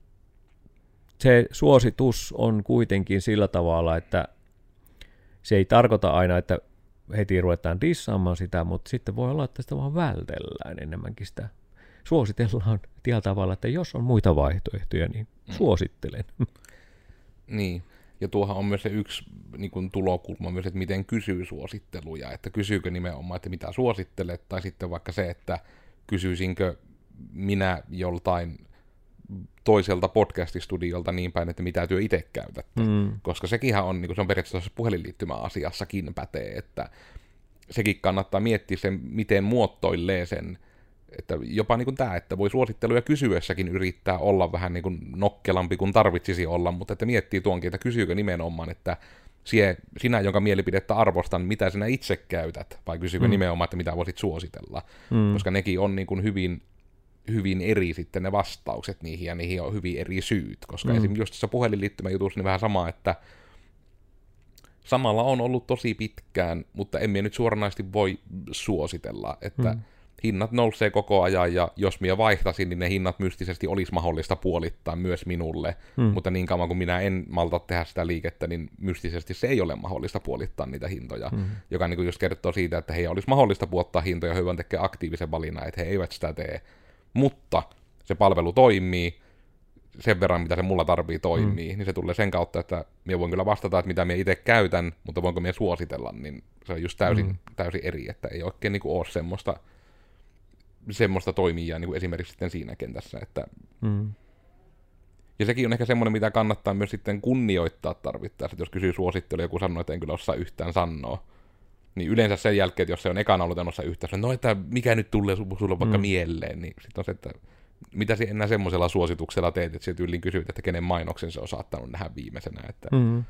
se suositus on kuitenkin sillä tavalla, että se ei tarkoita aina, että heti ruvetaan dissaamaan sitä, mutta sitten voi olla, että sitä vaan vältellään enemmänkin sitä. Suositellaan tällä tavalla, että jos on muita vaihtoehtoja, niin suosittelen. Niin, ja tuohan on myös se yksi niin kuin tulokulma myös, että miten kysyy suositteluja, että kysyykö nimenomaan, että mitä suosittelet, tai sitten vaikka se, että kysyisinkö minä joltain toiselta podcastistudiolta niin päin, että mitä työ itse käytätte. Koska sekinhän on, niin kuin se on periaatteessa puhelinliittymäasiassakin pätee, että sekin kannattaa miettiä sen, miten muotoilee sen, että jopa niin kuin tämä, että voi suositteluja kysyessäkin yrittää olla vähän niin kuin nokkelampi kuin tarvitsisi olla, mutta että miettii tuonkin, että kysyykö nimenomaan, että sinä, jonka mielipidettä arvostan, mitä sinä itse käytät, vai kysyykö nimenomaan, että mitä voisit suositella, koska nekin on niin kuin hyvin eri sitten ne vastaukset niihin, ja niihin on hyvin eri syyt, koska esimerkiksi just tässä puhelinliittymäjutussa niin vähän sama, että samalla on ollut tosi pitkään, mutta emme nyt suoranaisesti voi suositella, että hinnat nousee koko ajan, ja jos minä vaihtaisin, niin ne hinnat mystisesti olisi mahdollista puolittaa myös minulle, mutta niin kauan kuin minä en malta tehdä sitä liikettä, niin mystisesti se ei ole mahdollista puolittaa niitä hintoja, joka niin kuin just kertoo siitä, että heidän olisi mahdollista puolittaa hintoja, he voivat tekee aktiivisen valinnan, että he eivät sitä tee, mutta se palvelu toimii sen verran, mitä se mulla tarvii toimii, niin se tulee sen kautta, että minä voin kyllä vastata, että mitä minä itse käytän, mutta voinko minä suositella, niin se on just täysin eri, että ei oikein niin kuin ole semmoista toimijaa niin kuin esimerkiksi sitten siinä kentässä. Että ja sekin on ehkä semmoinen, mitä kannattaa myös sitten kunnioittaa tarvittaessa, että jos kysyy suosittelua, joku sanoo, että en kyllä osaa yhtään sanoa, niin yleensä sen jälkeen, että jos se on ekana ollut en osaa yhtään, no että mikä nyt tulee sulla vaikka mieleen, niin sitten on se, että mitä sinä enää semmoisella suosituksella teet, että sieltä yllin kysyt, että kenen mainoksen se on saattanut nähdä viimeisenä. Että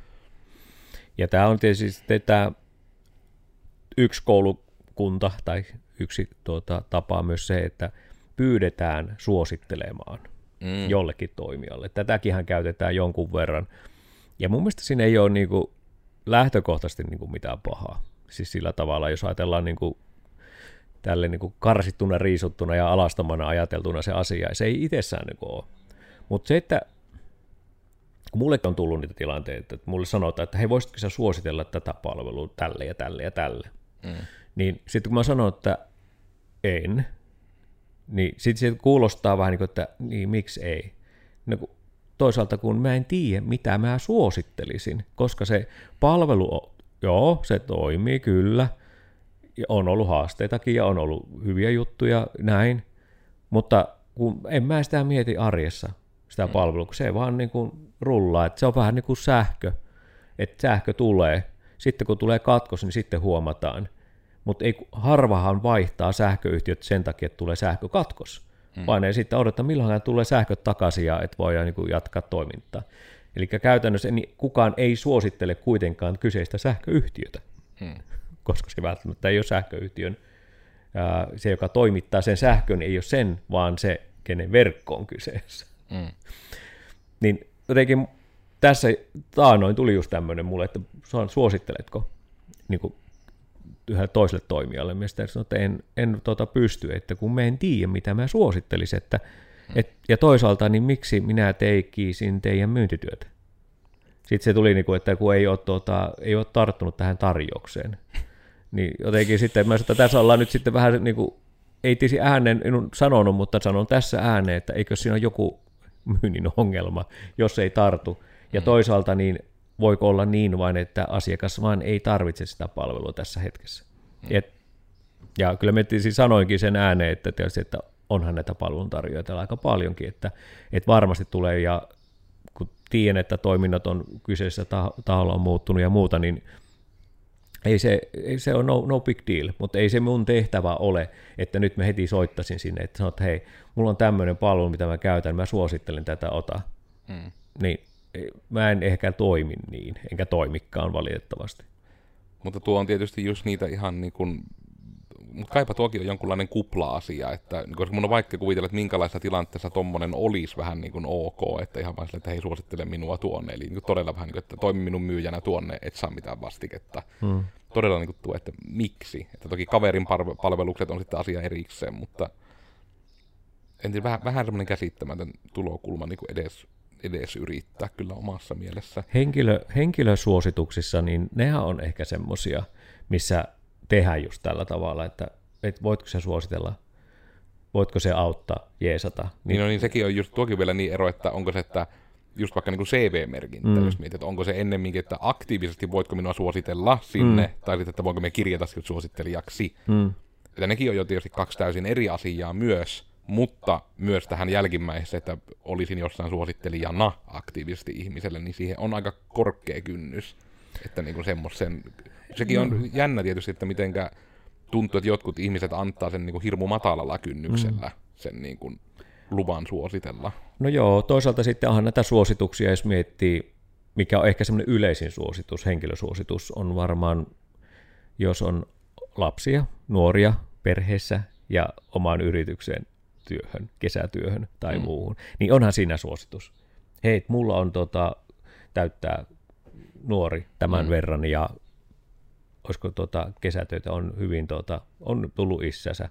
Ja tämä on tietysti tämä yksi koulukunta tai yksi tapa myös se, että pyydetään suosittelemaan jollekin toimijalle. Tätäkinhän käytetään jonkun verran. Ja mun mielestä siinä ei ole niinku lähtökohtaisesti niinku mitään pahaa. Siis sillä tavalla, jos ajatellaan niinku tälle niinku karsittuna, riisuttuna ja alastomana ajateltuna se asia, se ei itsessään niinku ole. Mutta se, että kun mullekin on tullut niitä tilanteita, että mulle sanotaan, että hei, voisitko sä suositella tätä palvelua tälle ja tälle ja tälle, niin sitten kun mä sanon, että en, niin sitten se kuulostaa vähän niin kuin, että niin, miksi ei? No, toisaalta kun mä en tiedä, mitä mä suosittelisin, koska se palvelu, joo, se toimii kyllä, ja on ollut haasteitakin ja on ollut hyviä juttuja, näin, mutta kun en mä sitä mieti arjessa, sitä palvelua, kun se vaan niin kuin rullaa, että se on vähän niin kuin sähkö, että sähkö tulee, sitten kun tulee katkos, niin sitten huomataan. Mutta harvahan vaihtaa sähköyhtiöt sen takia, että tulee sähkökatkos, vaan ei sitten odottaa, milloin tulee sähköt takaisin ja että voidaan niin kuin jatkaa toimintaa. Eli käytännössä kukaan ei suosittele kuitenkaan kyseistä sähköyhtiötä, koska se välttämättä ei ole sähköyhtiön, se joka toimittaa sen sähkön ei ole sen, vaan se, kenen verkko on kyseessä. Niin jotenkin tässä taanoin tuli just tämmöinen mulle, että suositteletko niin kuin yhdelle toiselle toimijalle. Mielestäni sanoin, että en pysty, että kun mä en tiedä, mitä mä suosittelisin, ja toisaalta, niin miksi minä tekisin teidän myyntityötä? Sitten se tuli, että kun ei ole tarttunut tähän tarjoukseen, niin jotenkin sitten, mä sanoin, että tässä ollaan nyt sitten vähän niin kuin, ei tiesi ääneen sanonut, mutta sanon tässä ääneen, että eikö siinä ole joku myynnin ongelma, jos ei tartu. Ja toisaalta niin voiko olla niin vain, että asiakas vaan ei tarvitse sitä palvelua tässä hetkessä. Ja kyllä mä sanoinkin sen ääneen, että, tietysti, että onhan näitä palveluntarjoajia aika paljonkin, että varmasti tulee, ja kun tiedän, että toiminnot on kyseisessä taholla on muuttunut ja muuta, niin ei se ole no big deal, mutta ei se mun tehtävä ole, että nyt mä heti soittaisin sinne, että sanot, että hei, mulla on tämmöinen palvelu, mitä mä käytän, mä suosittelen tätä, ota. Niin mä en ehkä toimi niin, enkä toimikaan valitettavasti. Mutta tuo on tietysti just niitä ihan niin kuin, mutta kaipa tuokin on jonkunlainen kupla-asia, että koska mun on vaikka kuvitella, että minkälaisessa tilanteessa tommonen olisi vähän niin kuin ok, että ihan vaan sille, että hei, suosittele minua tuonne, eli niin todella vähän niin kuin, että toimi minun myyjänä tuonne, et saa mitään vastiketta. Todella niin kuin tuo, että miksi, että toki kaverin palvelukset on sitten asia erikseen, mutta en tiedä, vähän semmoinen käsittämätön tulokulma niin kuin edes yrittää kyllä omassa mielessä. Henkilösuosituksissa, niin nehän on ehkä semmosia, missä tehdään just tällä tavalla, että voitko se suositella, voitko se auttaa, jeesata. Niin sekin on just tuokin vielä niin ero, että onko se, että just vaikka niin kuin CV-merkintä, jos mietit, että onko se ennemminkin, että aktiivisesti voitko minua suositella sinne, tai sitten, että voinko me kirjata suosittelijaksi. Että nekin on jo tietysti kaksi täysin eri asiaa myös, mutta myös tähän jälkimmäiseen, että olisin jossain suosittelijana aktiivisesti ihmiselle, niin siihen on aika korkea kynnys. Että niin kuin semmoisen, sekin on jännä tietysti, että mitenkä tuntuu, että jotkut ihmiset antaa sen niin kuin hirmu matalalla kynnyksellä sen niin kuin luvan suositella. No joo, toisaalta sitten onhan näitä suosituksia, jos miettii, mikä on ehkä semmoinen yleisin suositus, henkilösuositus, on varmaan, jos on lapsia, nuoria perheessä ja omaan yritykseen työhön, kesätyöhön tai muuhun, niin onhan siinä suositus. Hei, mulla on täyttää nuori tämän verran, ja olisiko kesätöitä on hyvin, on tullut issänsä.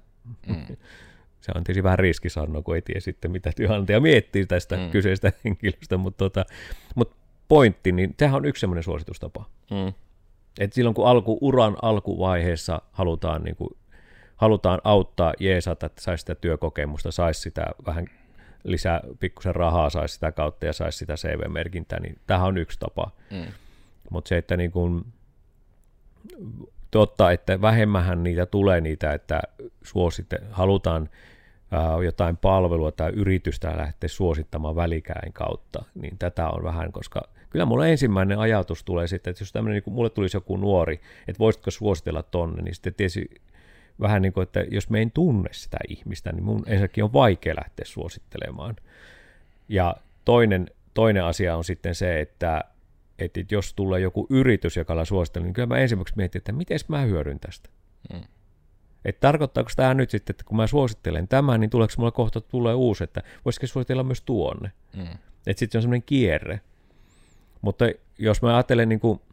Se on tietysti vähän riski sanoa, kun ei tiedä sitten, mitä työnantaja miettii tästä kyseistä henkilöstä, mutta pointti, niin sehän on yksi semmoinen suositustapa. Et silloin kun uran alkuvaiheessa halutaan auttaa, jeesata, että saisi sitä työkokemusta, saisi sitä vähän lisää pikkusen rahaa, saisi sitä kautta ja saisi sitä CV-merkintää, niin tämähän on yksi tapa. Mutta se, että niin kun, totta, että vähemmähän niitä tulee niitä, että halutaan jotain palvelua tai yritystä lähteä suosittamaan välikäin kautta, niin tätä on vähän, koska kyllä mulle ensimmäinen ajatus tulee sitten, että jos tämmöinen, niin mulle tulisi joku nuori, että voisitko suositella tonne, niin sitten tietysti vähän niin kuin, että jos me en tunne sitä ihmistä, niin mun ensinnäkin on vaikea lähteä suosittelemaan. Ja toinen asia on sitten se, että jos tulee joku yritys, joka suosittelee, niin kyllä mä ensimmäiseksi mietin, että miten mä hyödyn tästä. Että tarkoittaako tämä nyt sitten, että kun mä suosittelen tämän, niin tuleeko mulle kohta tulee uusi, että voisiko suositella myös tuonne. Että sitten se on semmoinen kierre. Mutta jos mä ajattelen niin kuin,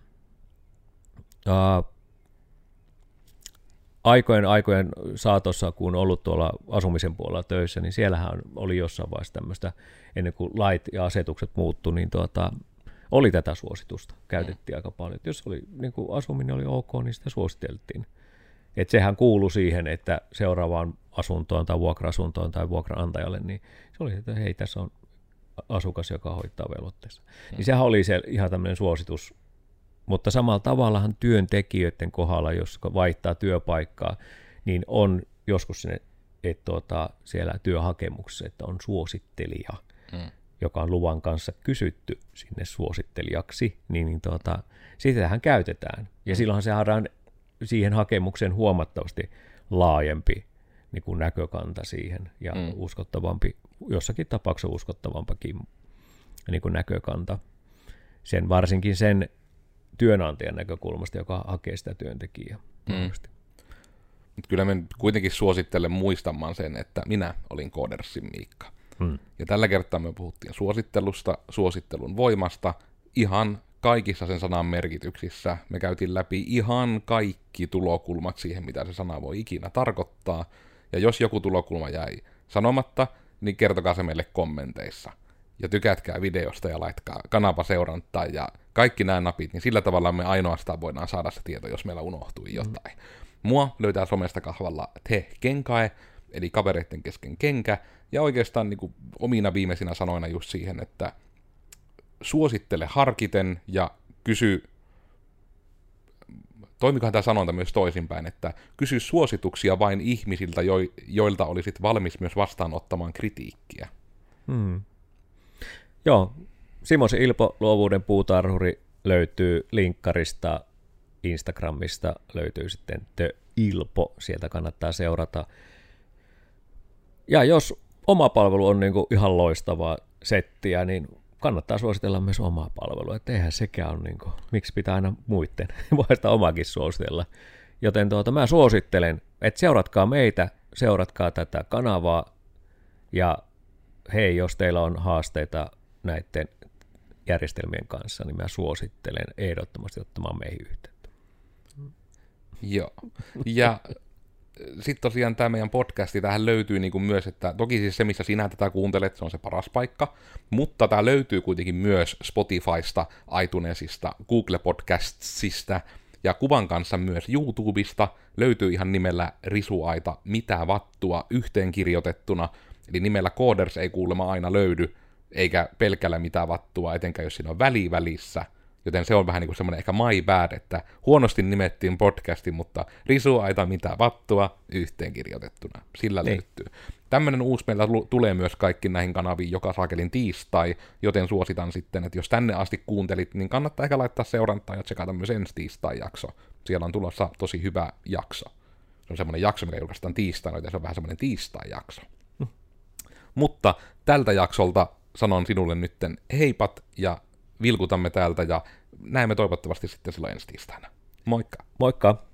aikojen saatossa, kun on ollut tuolla asumisen puolella töissä, niin siellähän oli jossain vaiheessa tämmöistä, ennen kuin lait ja asetukset muuttui, niin oli tätä suositusta, käytettiin aika paljon. Et jos oli, niin kuin asuminen oli ok, niin sitä suositeltiin. Et sehän kuului siihen, että seuraavaan asuntoon tai vuokra-asuntoon tai vuokraantajalle, niin se oli, että hei, tässä on asukas, joka hoitaa velvoitteensa. Niin sehän oli se ihan tämmöinen suositus. Mutta samalla tavallahan työntekijöiden kohdalla, jos vaihtaa työpaikkaa, niin on joskus sinne, että siellä työhakemuksessa, että on suosittelija, joka on luvan kanssa kysytty sinne suosittelijaksi, niin sitähän käytetään. Ja silloinhan saadaan siihen hakemukseen huomattavasti laajempi niin kuin näkökanta siihen ja uskottavampi, jossakin tapauksessa uskottavampakin niin kuin näkökanta. Varsinkin sen työnantajan näkökulmasta, joka hakee sitä työntekijää. Kyllä me kuitenkin suosittelen muistamaan sen, että minä olin Codersin Miikka. Ja tällä kertaa me puhuttiin suosittelusta, suosittelun voimasta, ihan kaikissa sen sanan merkityksissä. Me käytiin läpi ihan kaikki tulokulmat siihen, mitä se sana voi ikinä tarkoittaa. Ja jos joku tulokulma jäi sanomatta, niin kertokaa se meille kommenteissa. Ja tykätkää videosta ja laitkaa kanavaseurantaa ja kaikki nämä napit, niin sillä tavalla me ainoastaan voidaan saada se tieto, jos meillä unohtui jotain. Mua löytää somesta kahvalla Te Kenkae, eli kavereiden kesken kenkä, ja oikeastaan niin kuin omina viimeisinä sanoina just siihen, että suosittele harkiten ja kysy, toimikohan tämä sanonta myös toisinpäin, että kysy suosituksia vain ihmisiltä, joilta olisit valmis myös vastaanottamaan kritiikkiä. Joo, Simosen Ilpo, luovuuden puutarhuri, löytyy linkkarista, Instagramista löytyy sitten The Ilpo, sieltä kannattaa seurata. Ja jos oma palvelu on niin kuin ihan loistavaa settiä, niin kannattaa suositella myös omaa palvelua, että eihän sekään ole, niin kuin, miksi pitää aina muiden, voi sitä omakin suositella. Joten mä suosittelen, että seuratkaa meitä, seuratkaa tätä kanavaa, ja hei, jos teillä on haasteita näiden järjestelmien kanssa, niin mä suosittelen ehdottomasti ottamaan meihin yhteyttä. Joo, ja sitten tosiaan tämä meidän podcasti, tähän löytyy niin kuin myös, että toki siis se, missä sinä tätä kuuntelet, se on se paras paikka, mutta tämä löytyy kuitenkin myös Spotifysta, iTunesista, Google Podcastsista ja kuvan kanssa myös YouTubesta, löytyy ihan nimellä Risuaita mitä vattua yhteenkirjoitettuna, eli nimellä Coders ei kuulemma aina löydy, eikä pelkällä mitä vattua, etenkään jos siinä on välissä. Joten se on vähän niin kuin semmoinen ehkä my bad, että huonosti nimettiin podcasti, mutta Risuaita mitä vattua yhteenkirjoitettuna. Sillä löytyy. Tämmöinen uusi meillä tulee myös kaikki näihin kanaviin joka saakelin tiistai, joten suositan sitten, että jos tänne asti kuuntelit, niin kannattaa ehkä laittaa seurantaa ja tsekata myös ensi tiistai-jakso. Siellä on tulossa tosi hyvä jakso. Se on semmoinen jakso, mikä julkaistaan tiistaina, joten se on vähän semmoinen tiistai-jakso. Mutta tältä jaksolta sanon sinulle nytten heipat ja vilkutamme täältä ja näemme toivottavasti sitten silloin ensi tiistaina. Moikka! Moikka!